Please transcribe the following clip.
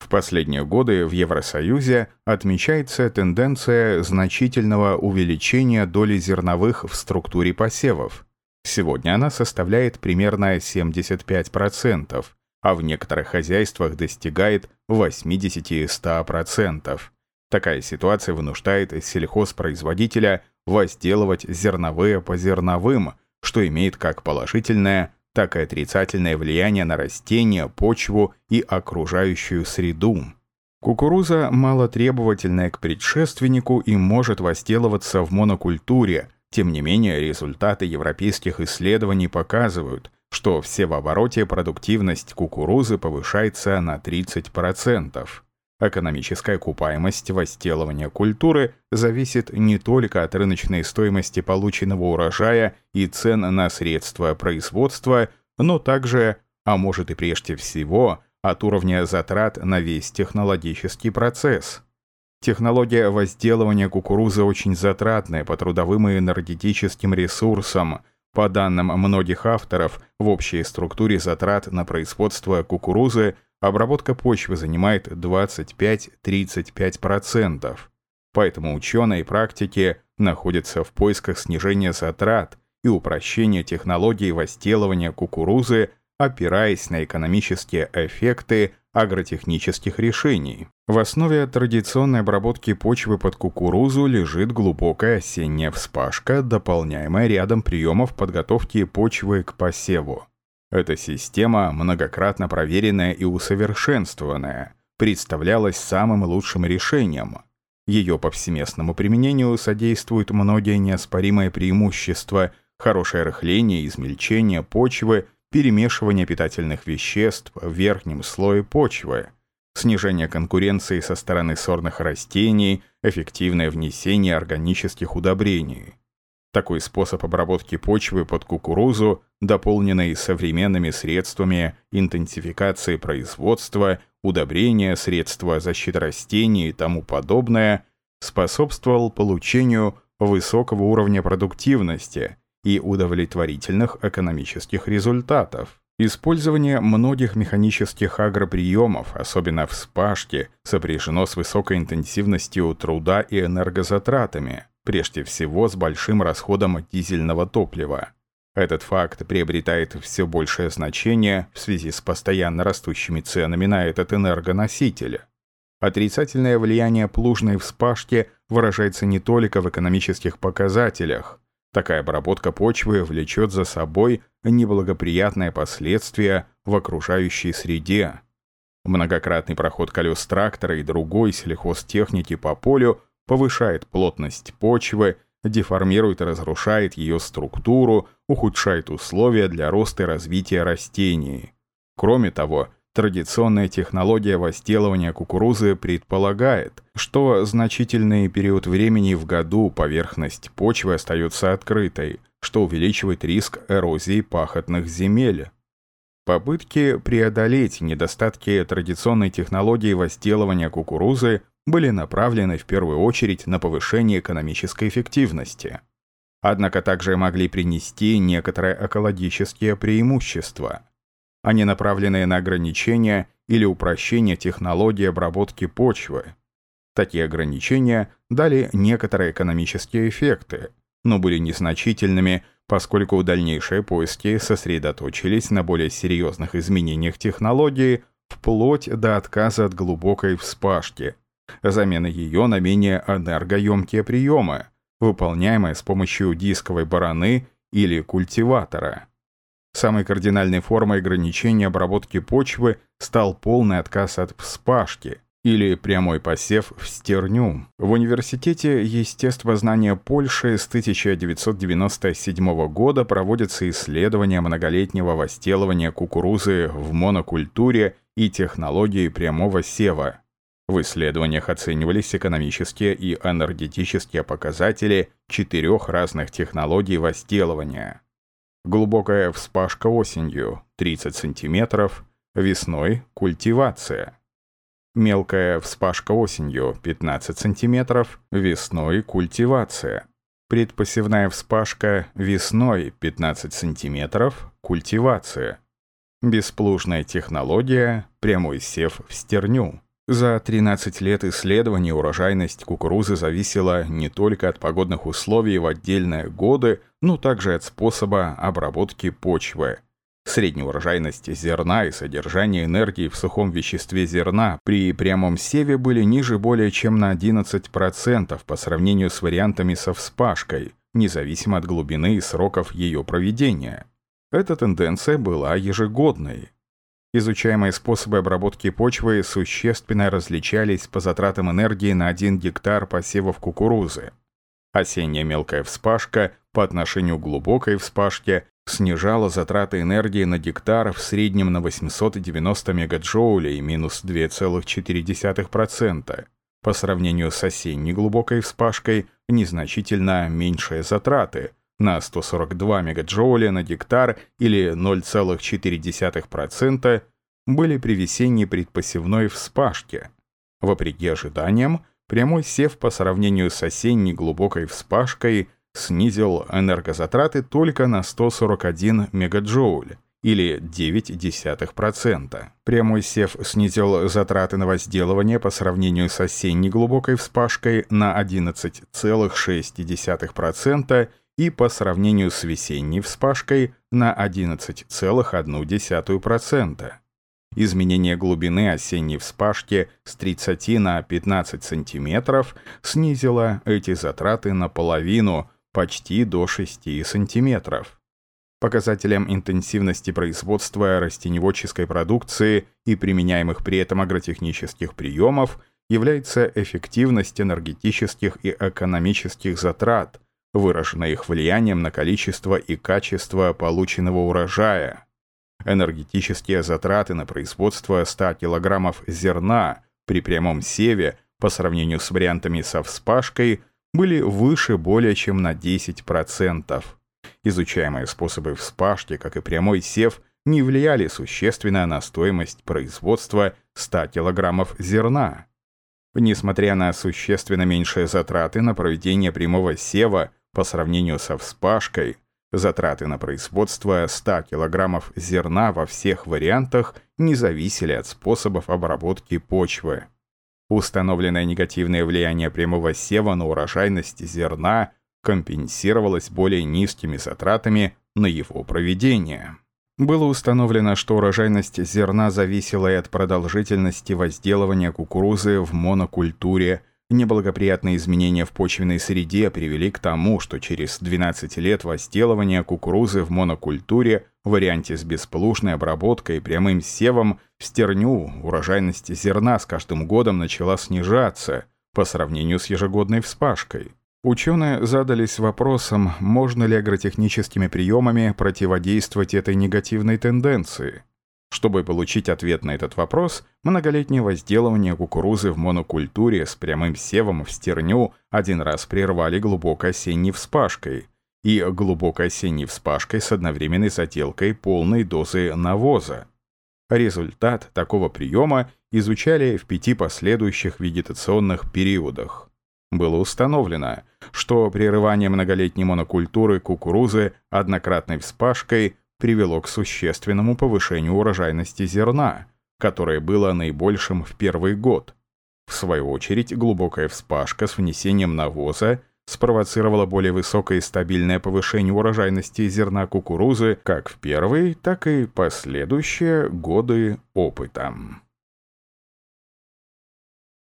В последние годы в Евросоюзе отмечается тенденция значительного увеличения доли зерновых в структуре посевов. Сегодня она составляет примерно 75%, а в некоторых хозяйствах достигает 80-100%. Такая ситуация вынуждает сельхозпроизводителя возделывать зерновые по зерновым, что имеет как положительное, так и отрицательное влияние на растения, почву и окружающую среду. Кукуруза малотребовательная к предшественнику и может возделываться в монокультуре. Тем не менее, результаты европейских исследований показывают, что в севообороте продуктивность кукурузы повышается на 30%. Экономическая окупаемость возделывания культуры зависит не только от рыночной стоимости полученного урожая и цен на средства производства, но также, а может и прежде всего, от уровня затрат на весь технологический процесс. Технология возделывания кукурузы очень затратная по трудовым и энергетическим ресурсам. По данным многих авторов, в общей структуре затрат на производство кукурузы обработка почвы занимает 25-35%. Поэтому ученые и практики находятся в поисках снижения затрат и упрощения технологий возделывания кукурузы, опираясь на экономические эффекты агротехнических решений. В основе традиционной обработки почвы под кукурузу лежит глубокая осенняя вспашка, дополняемая рядом приемов подготовки почвы к посеву. Эта система, многократно проверенная и усовершенствованная, представлялась самым лучшим решением. Ее повсеместному применению содействуют многие неоспоримые преимущества: хорошее рыхление и измельчение почвы, перемешивание питательных веществ в верхнем слое почвы, снижение конкуренции со стороны сорных растений, эффективное внесение органических удобрений. Такой способ обработки почвы под кукурузу, дополненный современными средствами интенсификации производства, удобрения, средства защиты растений и тому подобное, способствовал получению высокого уровня продуктивности и удовлетворительных экономических результатов. Использование многих механических агроприемов, особенно вспашки, сопряжено с высокой интенсивностью труда и энергозатратами, прежде всего с большим расходом дизельного топлива. Этот факт приобретает все большее значение в связи с постоянно растущими ценами на этот энергоноситель. Отрицательное влияние плужной вспашки выражается не только в экономических показателях. Такая обработка почвы влечет за собой неблагоприятные последствия в окружающей среде. Многократный проход колес трактора и другой сельхозтехники по полю повышает плотность почвы, деформирует и разрушает ее структуру, ухудшает условия для роста и развития растений. Кроме того, традиционная технология возделывания кукурузы предполагает, что значительный период времени в году поверхность почвы остается открытой, что увеличивает риск эрозии пахотных земель. Попытки преодолеть недостатки традиционной технологии возделывания кукурузы были направлены в первую очередь на повышение экономической эффективности. Однако также могли принести некоторые экологические преимущества. Они направлены на ограничение или упрощение технологии обработки почвы. Такие ограничения дали некоторые экономические эффекты, но были незначительными, поскольку дальнейшие поиски сосредоточились на более серьезных изменениях технологии, вплоть до отказа от глубокой вспашки, замены ее на менее энергоемкие приемы, выполняемые с помощью дисковой бараны или культиватора. Самой кардинальной формой ограничения обработки почвы стал полный отказ от вспашки или прямой посев в стерню. В Университете естествознания Польши с 1997 года проводятся исследования многолетнего возделывания кукурузы в монокультуре и технологии прямого сева. В исследованиях оценивались экономические и энергетические показатели 4 разных технологий возделывания. Глубокая вспашка осенью – 30 см, весной – культивация. Мелкая вспашка осенью – 15 см, весной – культивация. Предпосевная вспашка весной – 15 см, культивация. Бесплужная технология – прямой сев в стерню. За 13 лет исследований урожайность кукурузы зависела не только от погодных условий в отдельные годы, но также от способа обработки почвы. Средняя урожайность зерна и содержание энергии в сухом веществе зерна при прямом севе были ниже более чем на 11% по сравнению с вариантами со вспашкой, независимо от глубины и сроков ее проведения. Эта тенденция была ежегодной. Изучаемые способы обработки почвы существенно различались по затратам энергии на 1 гектар посевов кукурузы. Осенняя мелкая вспашка по отношению к глубокой вспашке снижала затраты энергии на гектар в среднем на 890 мегаджоулей, минус 2,4%. По сравнению с осенней глубокой вспашкой незначительно меньшие затраты на 142 мегаджоуля на гектар или 0,4% были при весенней предпосевной вспашке. Вопреки ожиданиям, прямой сев по сравнению с осенней глубокой вспашкой снизил энергозатраты только на 141 мегаджоуль или 0,9%. Прямой сев снизил затраты на возделывание по сравнению с осенней глубокой вспашкой на 11,6% и по сравнению с весенней вспашкой на 11,1%. Изменение глубины осенней вспашки с 30 на 15 см снизило эти затраты наполовину, почти до 6 см. Показателем интенсивности производства растеневодческой продукции и применяемых при этом агротехнических приемов является эффективность энергетических и экономических затрат, выраженная их влиянием на количество и качество полученного урожая. Энергетические затраты на производство 100 кг зерна при прямом севе по сравнению с вариантами со вспашкой были выше более чем на 10%. Изучаемые способы вспашки, как и прямой сев, не влияли существенно на стоимость производства 100 кг зерна. Несмотря на существенно меньшие затраты на проведение прямого сева по сравнению со вспашкой, затраты на производство 100 кг зерна во всех вариантах не зависели от способов обработки почвы. Установленное негативное влияние прямого сева на урожайность зерна компенсировалось более низкими затратами на его проведение. Было установлено, что урожайность зерна зависела и от продолжительности возделывания кукурузы в монокультуре. Неблагоприятные изменения в почвенной среде привели к тому, что через 12 лет возделывания кукурузы в монокультуре в варианте с бесплужной обработкой и прямым севом в стерню урожайность зерна с каждым годом начала снижаться по сравнению с ежегодной вспашкой. Ученые задались вопросом, можно ли агротехническими приемами противодействовать этой негативной тенденции. Чтобы получить ответ на этот вопрос, многолетнее возделывание кукурузы в монокультуре с прямым севом в стерню один раз прервали глубокой осенней вспашкой и глубокой осенней вспашкой с одновременной заделкой полной дозы навоза. Результат такого приема изучали в 5 последующих вегетационных периодах. Было установлено, что прерывание многолетней монокультуры кукурузы однократной вспашкой привело к существенному повышению урожайности зерна, которое было наибольшим в первый год. В свою очередь, глубокая вспашка с внесением навоза спровоцировала более высокое и стабильное повышение урожайности зерна кукурузы как в первые, так и последующие годы опыта.